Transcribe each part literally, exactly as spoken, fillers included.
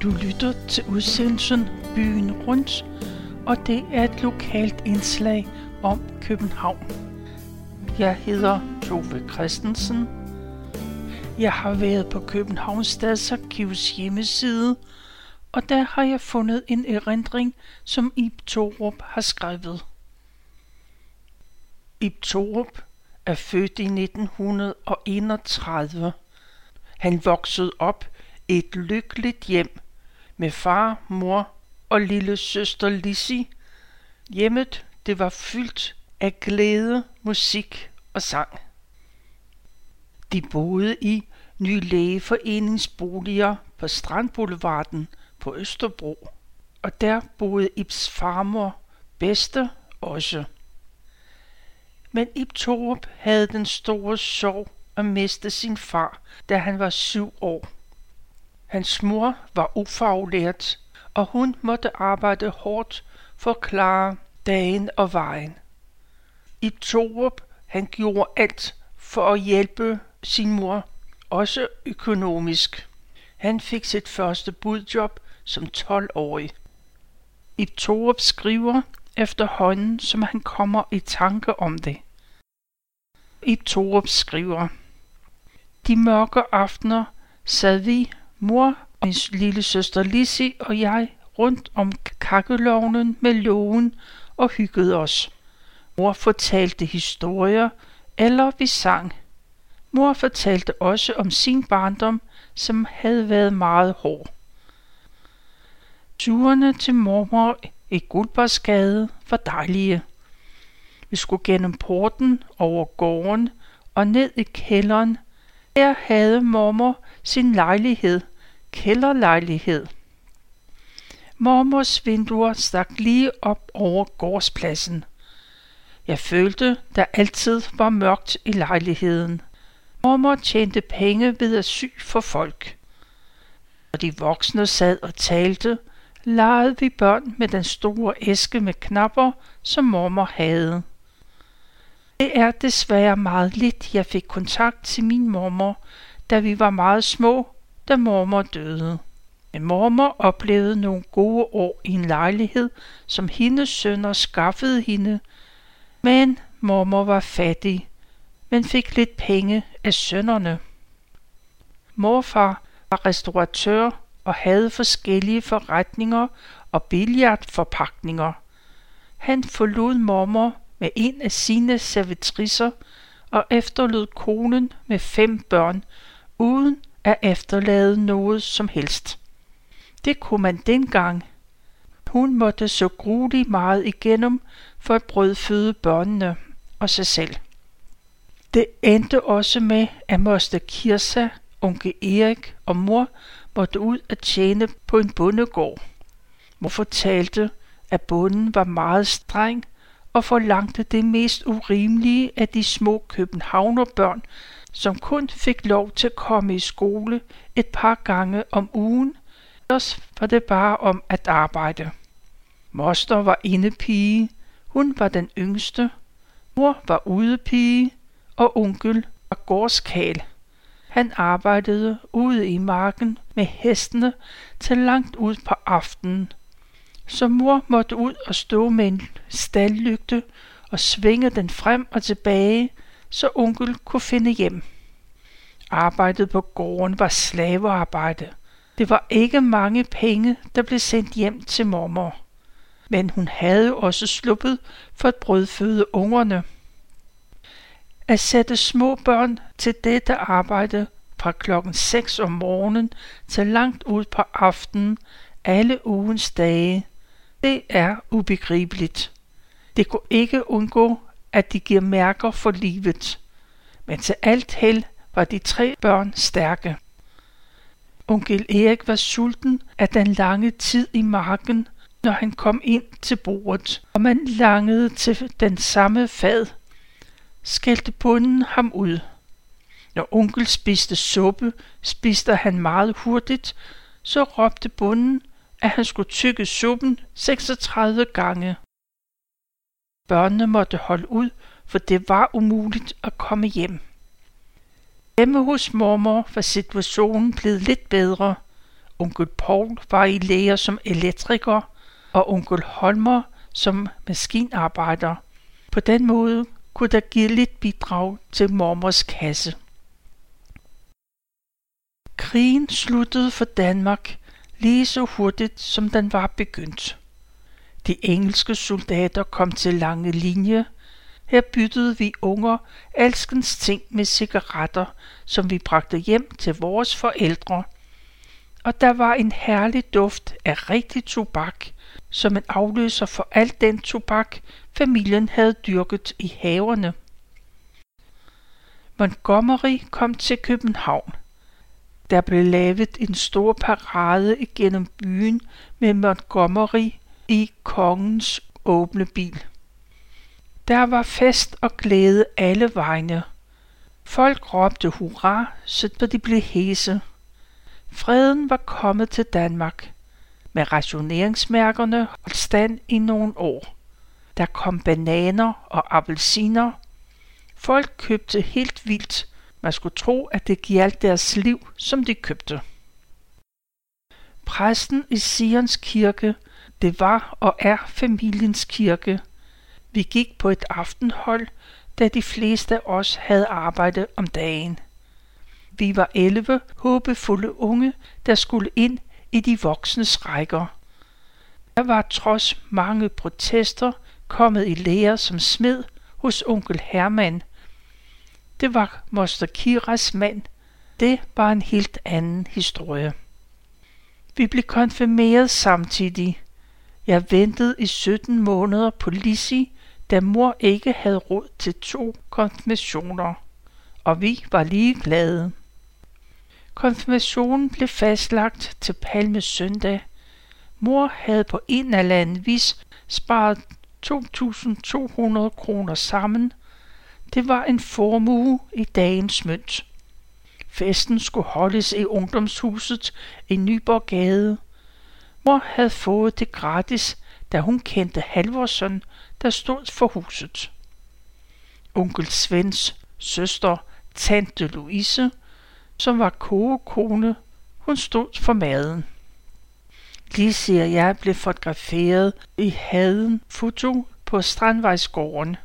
Du lytter til udsendelsen Byen Rundt, og det er et lokalt indslag om København. Jeg hedder Tove Christensen. Jeg har været på Københavns Stadsarkivs hjemmeside, og der har jeg fundet en erindring, som Ib Thorup har skrevet. Ib Thorup er født i nitten enogtredive. Han voksede op i et lykkeligt hjem med far, mor og lille søster Lissi. Hjemmet, det var fyldt af glæde, musik og sang. De boede i Ny Lægeforeningsboliger på Strandboulevarden på Østerbro, og der boede Ibs farmor Bedste også. Men Ib Thorup havde den store sorg at miste sin far, da han var syv år. Hans mor var ufaglært, og hun måtte arbejde hårdt for at klare dagen og vejen. Ib Thorup, han gjorde alt for at hjælpe sin mor, også økonomisk. Han fik sit første budjob som tolv-årig. Ib Thorup skriver efterhånden, som han kommer i tanke om det. Ib Thorup skriver: De mørke aftener sad vi, mor, min lille søster Lissi og jeg rundt om kakkelovnen med lågen og hyggede os. Mor fortalte historier, eller vi sang. Mor fortalte også om sin barndom, som havde været meget hård. Turene til mormor i Guldborgsgade var dejlige. Vi skulle gennem porten, over gården og ned i kælderen. Der havde mormor sin lejlighed, kælderlejlighed. Mormors vinduer stak lige op over gårdspladsen. Jeg følte, der altid var mørkt i lejligheden. Mormor tjente penge ved at sy for folk. Når de voksne sad og talte, legede vi børn med den store æske med knapper, som mormor havde. Det er desværre meget lidt, jeg fik kontakt til min mormor, da vi var meget små, da mormor døde. Men mormor oplevede nogle gode år i en lejlighed, som hendes sønner skaffede hende. Men mormor var fattig, men fik lidt penge af sønnerne. Morfar var restauratør og havde forskellige forretninger og billiardforpagtninger. Han forlod mormor med en af sine servitricer og efterlod konen med fem børn, uden at efterlade noget som helst. Det kunne man dengang. Hun måtte så grueligt meget igennem for at brødføde børnene og sig selv. Det endte også med, at moster Kirsa, onkel Erik og mor måtte ud at tjene på en bondegård. Mor fortalte, at bonden var meget streng og forlangte det mest urimelige af de små københavnerbørn, som kun fik lov til at komme i skole et par gange om ugen. Ellers var det bare om at arbejde. Moster var indepige, hun var den yngste. Mor var udepige, og onkel var gårdskarl. Han arbejdede ude i marken med hestene til langt ud på aftenen. Så mor måtte ud og stå med en staldlygte og svinge den frem og tilbage, så onkel kunne finde hjem. Arbejdet på gården var slavearbejde. Det var ikke mange penge, der blev sendt hjem til mormor. Men hun havde også sluppet for at brødføde ungerne. At sætte små børn til dette arbejde fra klokken seks om morgenen til langt ud på aftenen alle ugens dage, det er ubegribeligt. Det kunne ikke undgå, at de giver mærker for livet. Men til alt held var de tre børn stærke. Onkel Erik var sulten af den lange tid i marken, når han kom ind til bordet, og man langede til den samme fad. Skældte bonden ham ud. Når onkel spiste suppe, spiste han meget hurtigt, så råbte bonden, at han skulle tygge suppen seksogtredive gange. Børnene måtte holde ud, for det var umuligt at komme hjem. Hjemme hos mormor var situationen blevet lidt bedre. Onkel Paul var i lære som elektriker, og onkel Holmer som maskinarbejder. På den måde kunne der give lidt bidrag til mormors kasse. Krigen sluttede for Danmark lige så hurtigt, som den var begyndt. De engelske soldater kom til lange linje. Her byttede vi unger alskens ting med cigaretter, som vi bragte hjem til vores forældre. Og der var en herlig duft af rigtig tobak, som en afløser for al den tobak, familien havde dyrket i haverne. Montgomery kom til København. Der blev lavet en stor parade igennem byen med Montgomery i kongens åbne bil. Der var fest og glæde alle vegne. Folk råbte hurra, så de blev hæse. Freden var kommet til Danmark. Med rationeringsmærkerne holdt stand i nogle år. Der kom bananer og appelsiner. Folk købte helt vildt. Man skulle tro, at det gjaldt deres liv, som de købte. Præsten i Sions kirke, det var og er familiens kirke. Vi gik på et aftenhold, da de fleste af os havde arbejdet om dagen. Vi var elleve håbefulde unge, der skulle ind i de voksnes rækker. Der var trods mange protester kommet i lære som smed hos onkel Herman. Det var moster Kiras mand. Det var en helt anden historie. Vi blev konfirmeret samtidig. Jeg ventede i sytten måneder på Lizzie, da mor ikke havde råd til to konfirmationer, og vi var lige glade. Konfirmationen blev fastlagt til Palmesøndag. Mor havde på en eller anden vis sparet to tusind to hundrede kroner sammen. Det var en formue i dagens mønt. Festen skulle holdes i ungdomshuset i Nyborggade. Mor havde fået det gratis, da hun kendte Halvorsen, der stod for huset. Onkel Svends søster, tante Louise, som var kogekone, hun stod for maden. Lizzie og jeg blev fotograferet i haden foto på Strandvejsgården.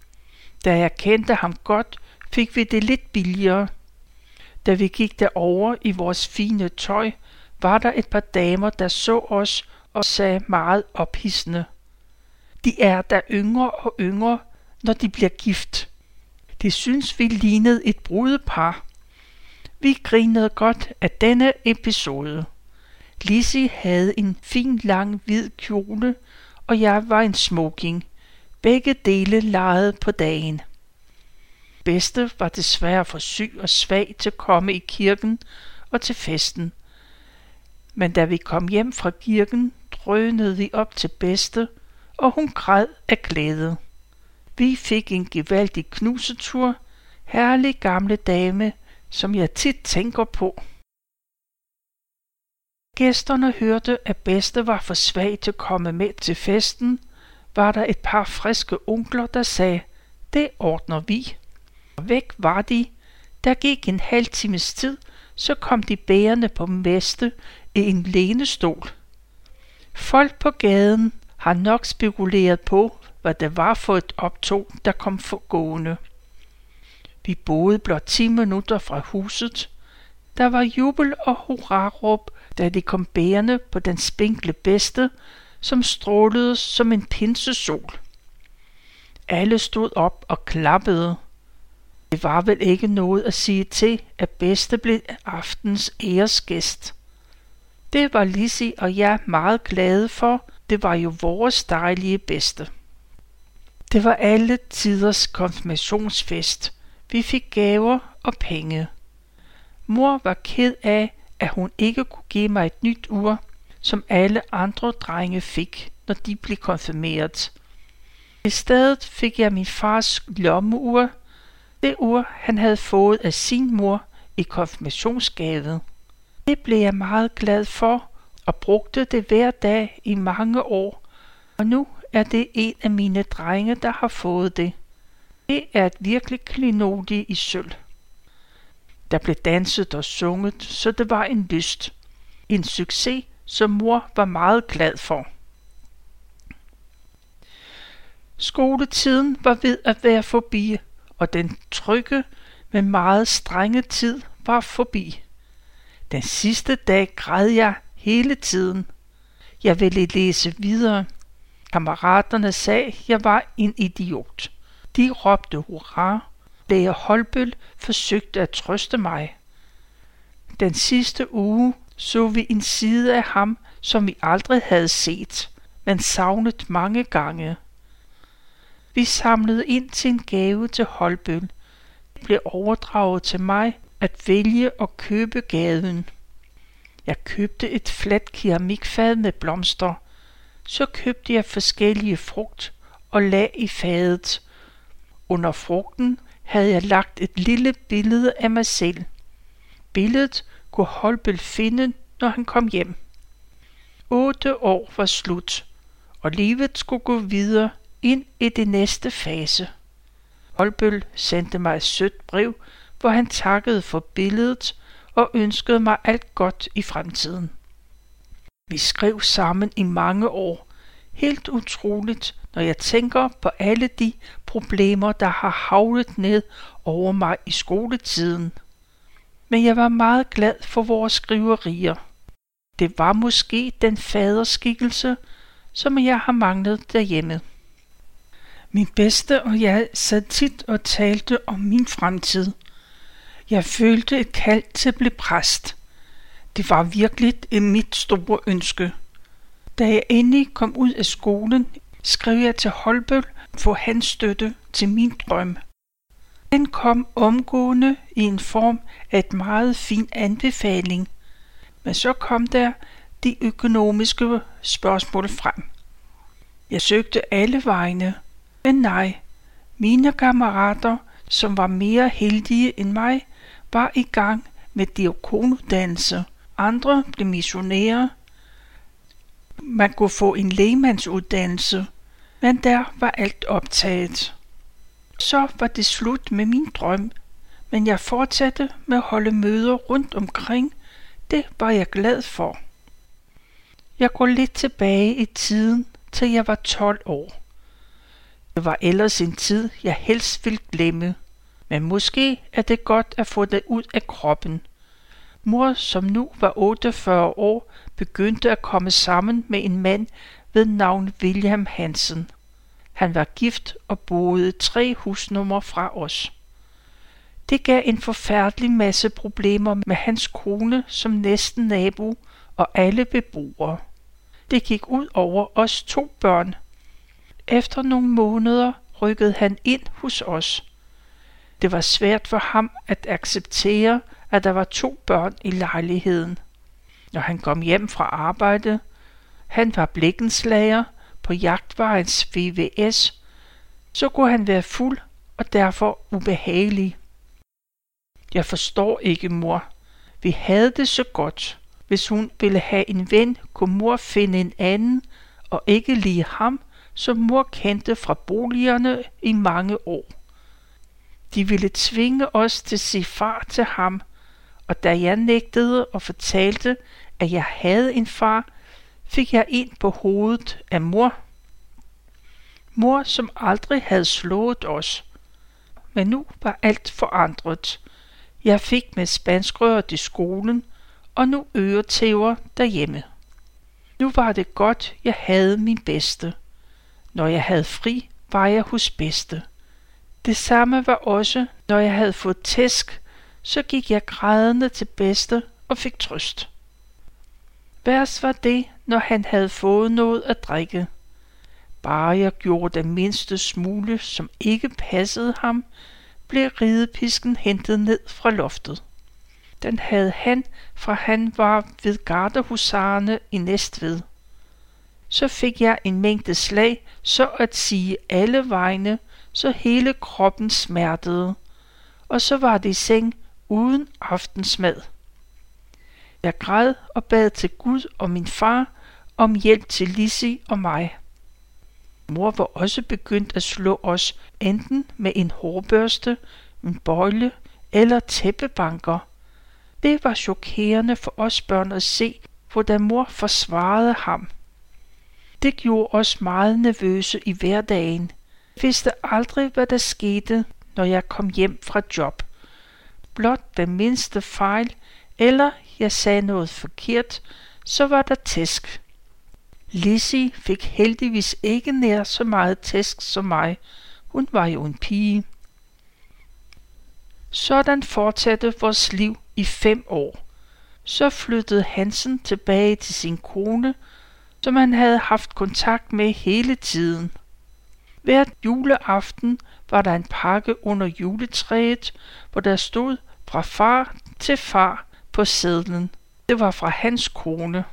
Da jeg kendte ham godt, fik vi det lidt billigere. Da vi gik derover i vores fine tøj, var der et par damer, der så os og sagde meget ophidsende: "De er da yngre og yngre, når de bliver gift." De synes, vi lignede et brudepar. Vi grinede godt af denne episode. Lizzie havde en fin lang hvid kjole, og jeg var en smoking. Begge dele legede på dagen. Bedste var desværre for syg og svag til at komme i kirken og til festen. Men da vi kom hjem fra kirken, drønede vi op til Bedste, og hun græd af glæde. Vi fik en gevaldig knusetur, herlig gamle dame, som jeg tit tænker på. Gæsterne hørte, at Bedste var for svag til at komme med til festen. Var der et par friske onkler, der sagde: "Det ordner vi." Og væk var de. Der gik en halv times tid, så kom de bærende på Bedste i en lænestol. Folk på gaden har nok spekuleret på, hvad det var for et optog, der kom forgående. Vi boede blot ti minutter fra huset. Der var jubel og hurraråb, da de kom bærende på den spinkle Bedste, som strålede som en pinsesol. Alle stod op og klappede. Det var vel ikke noget at sige til, at Bedste blev aftens æresgæst. Det var Lizzie og jeg meget glade for. Det var jo vores dejlige Bedste. Det var alle tiders konfirmationsfest. Vi fik gaver og penge. Mor var ked af, at hun ikke kunne give mig et nyt ur, som alle andre drenge fik, når de blev konfirmeret. I stedet fik jeg min fars lommeur, det ur, han havde fået af sin mor i konfirmationsgave. Det blev jeg meget glad for, og brugte det hver dag i mange år, og nu er det en af mine drenge, der har fået det. Det er et virkelig klenodie i sølv. Der blev danset og sunget, så det var en lyst. en succes, som mor var meget glad for. Skoletiden var ved at være forbi, og den trygge, men meget strenge tid var forbi. Den sidste dag græd jeg hele tiden. Jeg ville læse videre. Kammeraterne sagde, jeg var en idiot. De råbte hurra. Lærer Holbøll forsøgte at trøste mig. Den sidste uge så vi en side af ham, som vi aldrig havde set, men savnet mange gange. Vi samlede ind til en gave til Holbøll. Det blev overdraget til mig at vælge og købe gaven. Jeg købte et fladt keramikfad med blomster. Så købte jeg forskellige frugt og lagde i fadet. Under frugten havde jeg lagt et lille billede af mig selv. Billedet kunne Holbøll finde, når han kom hjem. Otte år var slut, og livet skulle gå videre ind i det næste fase. Holbøll sendte mig et sødt brev, hvor han takkede for billedet og ønskede mig alt godt i fremtiden. Vi skrev sammen i mange år. Helt utroligt, når jeg tænker på alle de problemer, der har haglet ned over mig i skoletiden. Men jeg var meget glad for vores skriverier. Det var måske den faderskikkelse, som jeg har manglet derhjemme. Min bedste og jeg sad tit og talte om min fremtid. Jeg følte et kald til at blive præst. Det var virkelig mit store ønske. Da jeg endelig kom ud af skolen, skrev jeg til Holbøll for hans støtte til min drøm. Den kom omgående i en form af et meget fin anbefaling, men så kom der de økonomiske spørgsmål frem. Jeg søgte alle vegne, men nej, mine kammerater, som var mere heldige end mig, var i gang med diakonuddannelse. Andre blev missionærer. Man kunne få en lægmandsuddannelse, men der var alt optaget. Så var det slut med min drøm, men jeg fortsatte med at holde møder rundt omkring. Det var jeg glad for. Jeg går lidt tilbage i tiden, til jeg var tolv år. Det var ellers en tid, jeg helst ville glemme, men måske er det godt at få det ud af kroppen. Mor, som nu var otteogfyrre år, begyndte at komme sammen med en mand ved navn William Hansen. Han var gift og boede tre husnumre fra os. Det gav en forfærdelig masse problemer med hans kone som næsten nabo og alle beboere. Det gik ud over os to børn. Efter nogle måneder rykkede han ind hos os. Det var svært for ham at acceptere, at der var to børn i lejligheden. Når han kom hjem fra arbejde, han var blikkenslager på jagtvejens V V S, så kunne han være fuld og derfor ubehagelig. Jeg forstår ikke mor. Vi havde det så godt. Hvis hun ville have en ven, kunne mor finde en anden, og ikke lige ham, som mor kendte fra boligerne i mange år. De ville tvinge os til at sige far til ham, og da jeg nægtede og fortalte, at jeg havde en far, fik jeg en på hovedet af mor. Mor, som aldrig havde slået os. Men nu var alt forandret. Jeg fik med spanskrøret i skolen, og nu øretæver derhjemme. Nu var det godt, jeg havde min bedste. Når jeg havde fri, var jeg hos bedste. Det samme var også, når jeg havde fået tæsk, så gik jeg grædende til bedste og fik trøst. Værst var det, når han havde fået noget at drikke. Bare jeg gjorde den mindste smule, som ikke passede ham, blev ridepisken hentet ned fra loftet. Den havde han, fra han var ved gardehusarerne i Næstved. Så fik jeg en mængde slag, så at sige alle vegne, så hele kroppen smertede, og så var det i seng uden aftensmad. Jeg græd og bad til Gud og min far om hjælp til Lissi og mig. Mor var også begyndt at slå os enten med en hårbørste, en bøjle eller tæppebanker. Det var chokerende for os børn at se, hvordan mor forsvarede ham. Det gjorde os meget nervøse i hverdagen. Jeg vidste aldrig, hvad der skete, når jeg kom hjem fra job. Blot den mindste fejl, eller jeg sagde noget forkert, så var der tæsk. Lizzie fik heldigvis ikke nær så meget tæsk som mig. Hun var jo en pige. Sådan fortsatte vores liv i fem år. Så flyttede Hansen tilbage til sin kone, som han havde haft kontakt med hele tiden. Hver juleaften var der en pakke under juletræet, hvor der stod fra far til far på sedlen. Det var fra hans kone.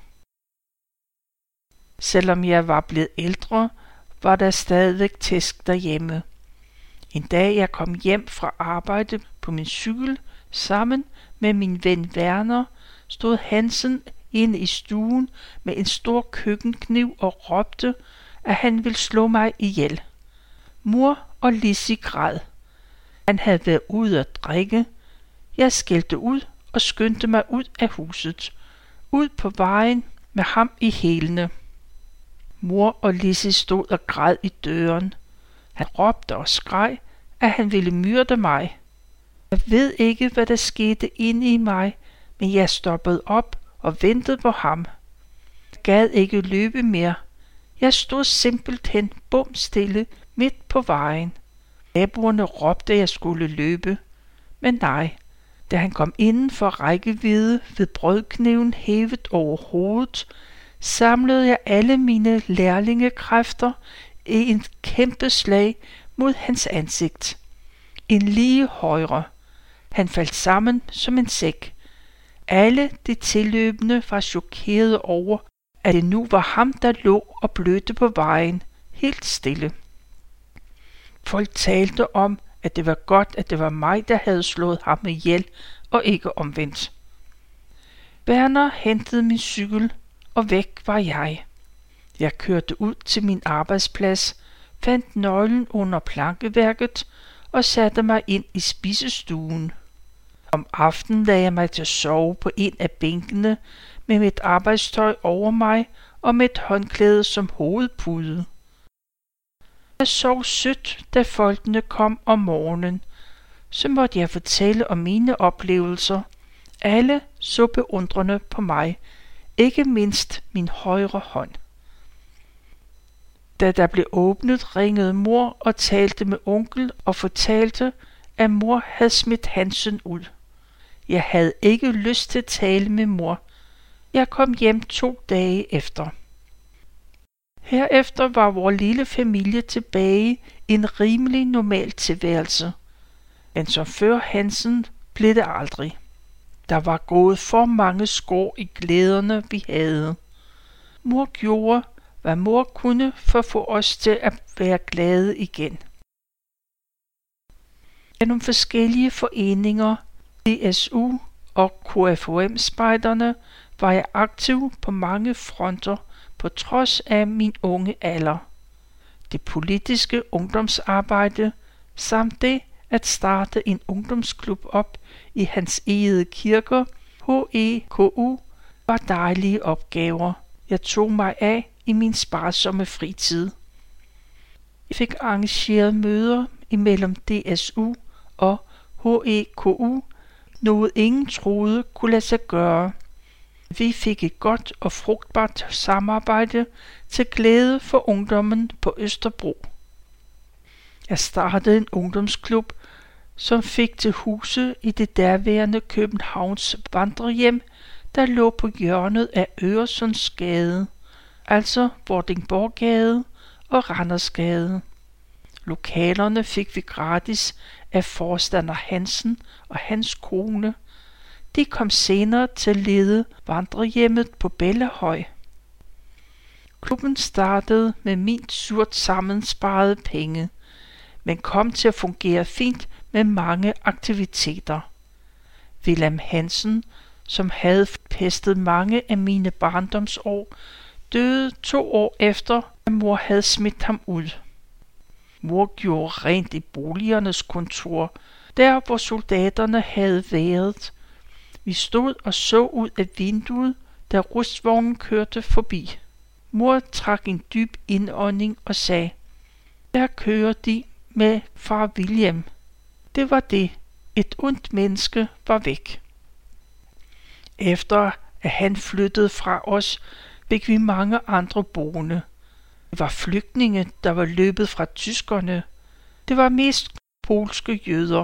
Selvom jeg var blevet ældre, var der stadigvæk tæsk derhjemme. En dag jeg kom hjem fra arbejde på min cykel sammen med min ven Werner, stod Hansen inde i stuen med en stor køkkenkniv og råbte, at han ville slå mig ihjel. Mor og Lizzie græd. Han havde været ude at drikke. Jeg skældte ud og skyndte mig ud af huset, ud på vejen med ham i hælene. Mor og Lizzie stod og græd i døren. Han råbte og skreg, at han ville myrde mig. Jeg ved ikke, hvad der skete inde i mig, men jeg stoppede op og ventede på ham. Jeg gad ikke løbe mere. Jeg stod simpelthen bum stille midt på vejen. Naboerne råbte, at jeg skulle løbe, men nej. Da han kom inden for rækkevidde ved brødkniven hævet over hovedet, samlede jeg alle mine lærlingekræfter i en kæmpe slag mod hans ansigt. En lige højre. Han faldt sammen som en sæk. Alle de tilløbende var chokerede over, at det nu var ham, der lå og blødte på vejen, helt stille. Folk talte om, at det var godt, at det var mig, der havde slået ham ihjel, og ikke omvendt. Werner hentede min cykel, og væk var jeg. Jeg kørte ud til min arbejdsplads, fandt nøglen under plankeværket og satte mig ind i spisestuen. Om aftenen lagde jeg mig til at sove på en af bænkene med mit arbejdstøj over mig og med et håndklæde som hovedpude. Jeg sov sødt, da folkene kom om morgenen. Så måtte jeg fortælle om mine oplevelser. Alle så beundrende på mig, ikke mindst min højre hånd. Da der blev åbnet, ringede mor og talte med onkel og fortalte, at mor havde smidt Hansen ud. Jeg havde ikke lyst til at tale med mor. Jeg kom hjem to dage efter. Herefter var vores lille familie tilbage i en rimelig normal tilværelse. Men som før Hansen blev det aldrig. Der var gået for mange skår i glæderne, vi havde. Mor gjorde, hvad mor kunne for at få os til at være glade igen. Gennem forskellige foreninger, D S U og K F U M-spejderne, var jeg aktiv på mange fronter på trods af min unge alder. Det politiske ungdomsarbejde samt det at starte en ungdomsklub op i Hans Egede Kirker, H E K U, var dejlige opgaver, jeg tog mig af i min sparsomme fritid. Jeg fik arrangeret møder imellem D S U og H E K U, noget ingen troede kunne lade sig gøre. Vi fik et godt og frugtbart samarbejde til glæde for ungdommen på Østerbro. Jeg startede en ungdomsklub, som fik til huse i det derværende Københavns vandrehjem, der lå på hjørnet af Øresundsgade, altså Vordingborggade og Randersgade. Lokalerne fik vi gratis af forstander Hansen og hans kone. De kom senere til at lede vandrehjemmet på Bellahøj. Klubben startede med min surt sammensparede penge, men kom til at fungere fint med mange aktiviteter. Wilhelm Hansen, som havde pestet mange af mine barndomsår, døde to år efter, at mor havde smidt ham ud. Mor gjorde rent i boligernes kontor, der hvor soldaterne havde været. Vi stod og så ud af vinduet, da rustvognen kørte forbi. Mor trak en dyb indånding og sagde, der kører de med far William. Det var det. Et ondt menneske var væk. Efter at han flyttede fra os, fik vi mange andre boende. Det var flygtninge, der var løbet fra tyskerne. Det var mest polske jøder.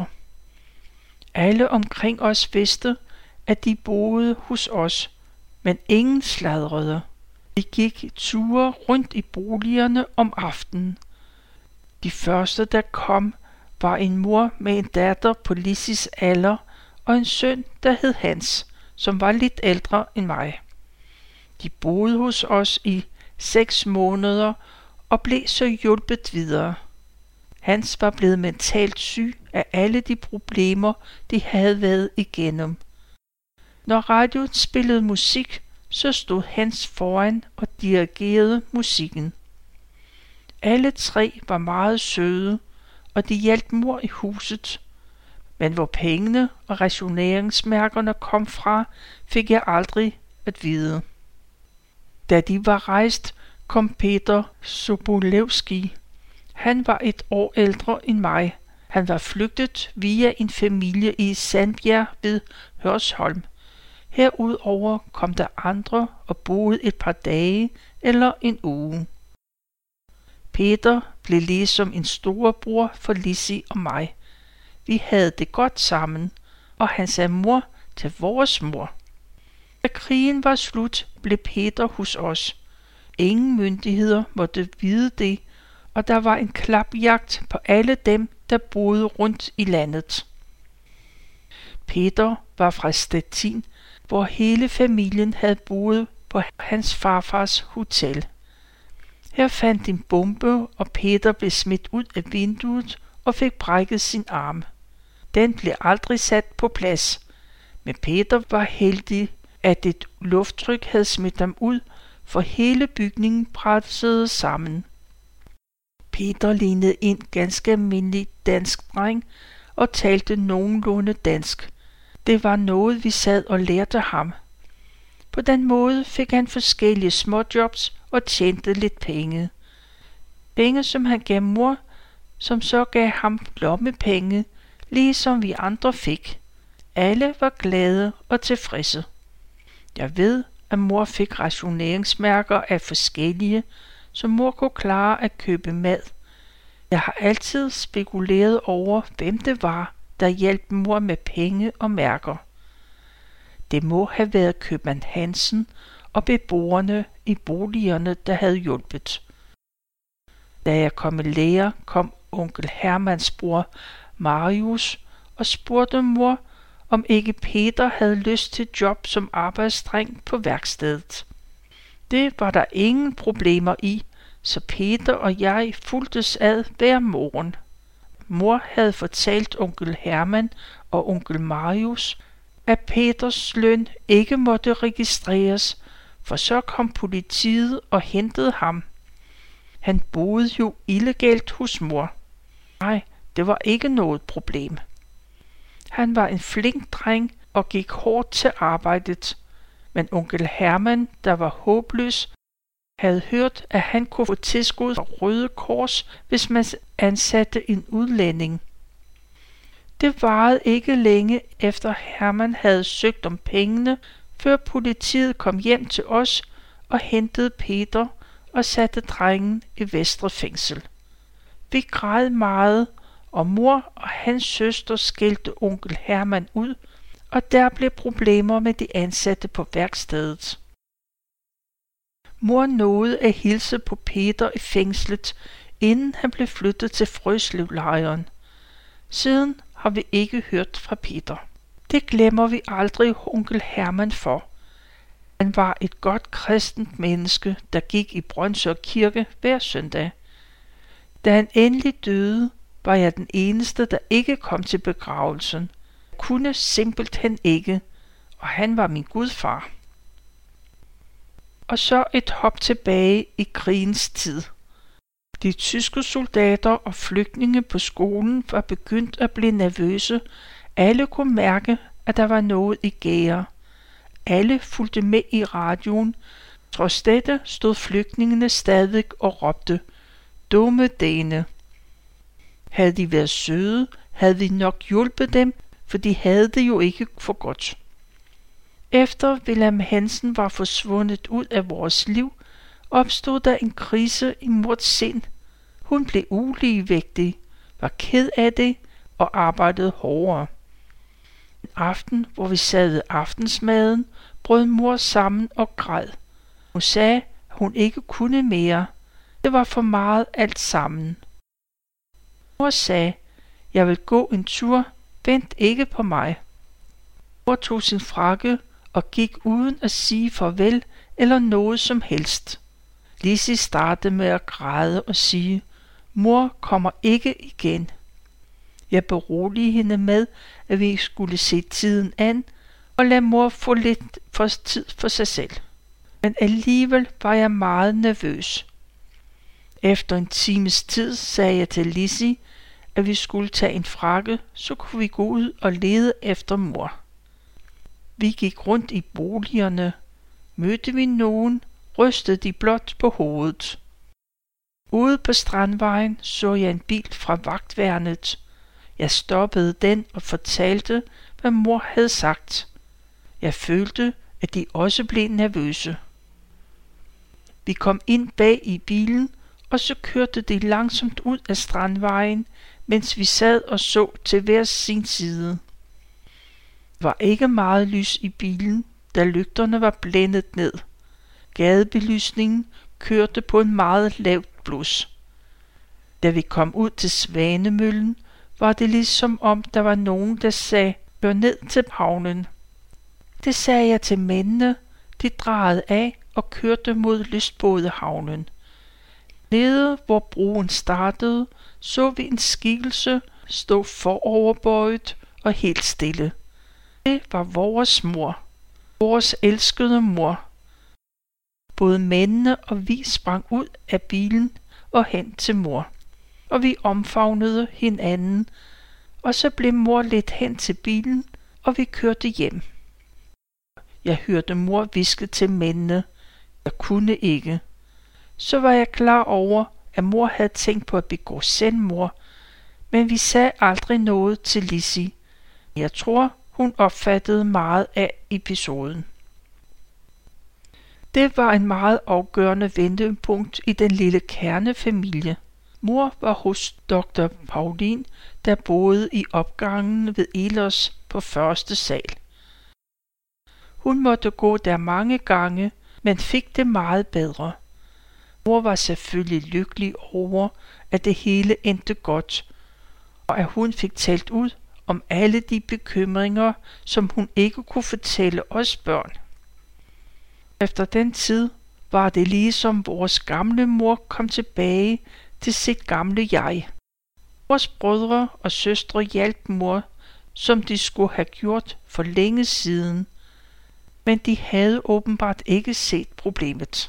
Alle omkring os vidste, at de boede hos os, men ingen sladrede. Vi gik ture rundt i boligerne om aftenen. De første, der kom, var en mor med en datter på Lissis alder og en søn, der hed Hans, som var lidt ældre end mig. De boede hos os i seks måneder og blev så hjulpet videre. Hans var blevet mentalt syg af alle de problemer, de havde været igennem. Når radioen spillede musik, så stod Hans foran og dirigerede musikken. Alle tre var meget søde, og de hjalp mor i huset. Men hvor pengene og rationeringsmærkerne kom fra, fik jeg aldrig at vide. Da de var rejst, kom Peter Sobolewski. Han var et år ældre end mig. Han var flygtet via en familie i Sandbjerg ved Hørsholm. Herudover kom der andre og boede et par dage eller en uge. Peter blev ligesom en storebror for Lissi og mig. Vi havde det godt sammen, og han sagde mor til vores mor. Da krigen var slut, blev Peter hos os. Ingen myndigheder måtte vide det, og der var en klapjagt på alle dem, der boede rundt i landet. Peter var fra Stettin, hvor hele familien havde boet på hans farfars hotel. Her fandt en bombe, og Peter blev smidt ud af vinduet og fik brækket sin arm. Den blev aldrig sat på plads, men Peter var heldig, at et lufttryk havde smidt ham ud, for hele bygningen pressede sammen. Peter lignede en ganske almindelig dansk dreng og talte nogenlunde dansk. Det var noget, vi sad og lærte ham. På den måde fik han forskellige småjobs og tjente lidt penge. Penge, som han gav mor, som så gav ham lommepenge, ligesom vi andre fik. Alle var glade og tilfredse. Jeg ved, at mor fik rationeringsmærker af forskellige, så mor kunne klare at købe mad. Jeg har altid spekuleret over, hvem det var, der hjalp mor med penge og mærker. Det må have været købmand Hansen og beboerne i boligerne, der havde hjulpet. Da jeg kom i lære, kom onkel Hermans bror Marius og spurgte mor, om ikke Peter havde lyst til job som arbejdsdreng på værkstedet. Det var der ingen problemer i, så Peter og jeg fulgtes ad hver morgen. Mor havde fortalt onkel Herman og onkel Marius, at Peters løn ikke måtte registreres, for så kom politiet og hentede ham. Han boede jo illegalt hos mor. Nej, det var ikke noget problem. Han var en flink dreng og gik hårdt til arbejdet, men onkel Herman, der var håbløs, havde hørt, at han kunne få tilskud fra Røde Kors, hvis man ansatte en udlænding. Det varede ikke længe efter Herman havde søgt om pengene, før politiet kom hjem til os og hentede Peter og satte drengen i Vestre Fængsel. Vi græd meget, og mor og hans søster skældte onkel Herman ud, og der blev problemer med de ansatte på værkstedet. Mor nåede at hilse på Peter i fængslet, inden han blev flyttet til Frøslevlejren. Siden har vi ikke hørt fra Peter. Det glemmer vi aldrig onkel Herman for. Han var et godt kristent menneske, der gik i Brønshøj Kirke hver søndag. Da han endelig døde, var jeg den eneste, der ikke kom til begravelsen. Jeg kunne simpelthen ikke, og han var min gudfar. Og så et hop tilbage i krigens tid. De tyske soldater og flygtninge på skolen var begyndt at blive nervøse. Alle kunne mærke, at der var noget i gære. Alle fulgte med i radioen. Trods dette stod flygtningene stadig og råbte, dumme dæne. Havde de været søde, havde vi nok hjulpet dem, for de havde det jo ikke for godt. Efter Wilhelm Hansen var forsvundet ud af vores liv, opstod der en krise i mors sind. Hun blev uligevægtig, var ked af det og arbejdede hårdere. En aften, hvor vi sad ved aftensmaden, brød mor sammen og græd. Hun sagde, at hun ikke kunne mere. Det var for meget alt sammen. Mor sagde, jeg vil gå en tur, vent ikke på mig. Mor tog sin frakke og gik uden at sige farvel eller noget som helst. Lizzie startede med at græde og sige, mor kommer ikke igen. Jeg beroligede hende med, at vi skulle se tiden an og lade mor få lidt for tid for sig selv. Men alligevel var jeg meget nervøs. Efter en times tid sagde jeg til Lizzie, at vi skulle tage en frakke, så kunne vi gå ud og lede efter mor. Vi gik rundt i boligerne. Mødte vi nogen, rystede de blot på hovedet. Ude på Strandvejen så jeg en bil fra vagtværnet. Jeg stoppede den og fortalte, hvad mor havde sagt. Jeg følte, at de også blev nervøse. Vi kom ind bag i bilen, og så kørte de langsomt ud af Strandvejen, mens vi sad og så til hver sin side. Der var ikke meget lys i bilen, da lygterne var blændet ned. Gadebelysningen kørte på en meget lavt blus. Da vi kom ud til Svanemøllen, var det ligesom om der var nogen, der sagde, kør ned til havnen. Det sagde jeg til mændene, de drejede af og kørte mod lystbådehavnen. Nede, hvor broen startede, så vi en skikkelse stå foroverbøjet og helt stille. Det var vores mor, vores elskede mor. Både mændene og vi sprang ud af bilen og hen til mor, og vi omfavnede hinanden, og så blev mor lidt hen til bilen, og vi kørte hjem. Jeg hørte mor hviske til mændene, jeg kunne ikke. Så var jeg klar over, at mor havde tænkt på at begå selvmord, men vi sagde aldrig noget til Lizzie. Jeg tror, hun opfattede meget af episoden. Det var en meget afgørende vendepunkt i den lille kernefamilie. Mor var hos doktor Paulin, der boede i opgangen ved Ehlers på første sal. Hun måtte gå der mange gange, men fik det meget bedre. Mor var selvfølgelig lykkelig over, at det hele endte godt, og at hun fik talt ud om alle de bekymringer, som hun ikke kunne fortælle os børn. Efter den tid var det ligesom vores gamle mor kom tilbage til sit gamle jeg. Vores brødre og søstre hjalp mor, som de skulle have gjort for længe siden, men de havde åbenbart ikke set problemet.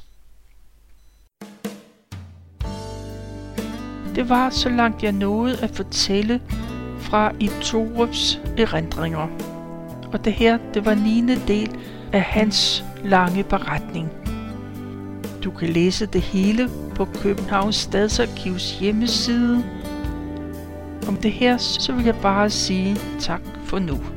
Det var så langt jeg nåede at fortælle fra Ib Thorups erindringer. Og det her, det var niende del af hans lange beretning. Du kan læse det hele på Københavns Stadsarkivs hjemmeside. Om det her, så vil jeg bare sige tak for nu.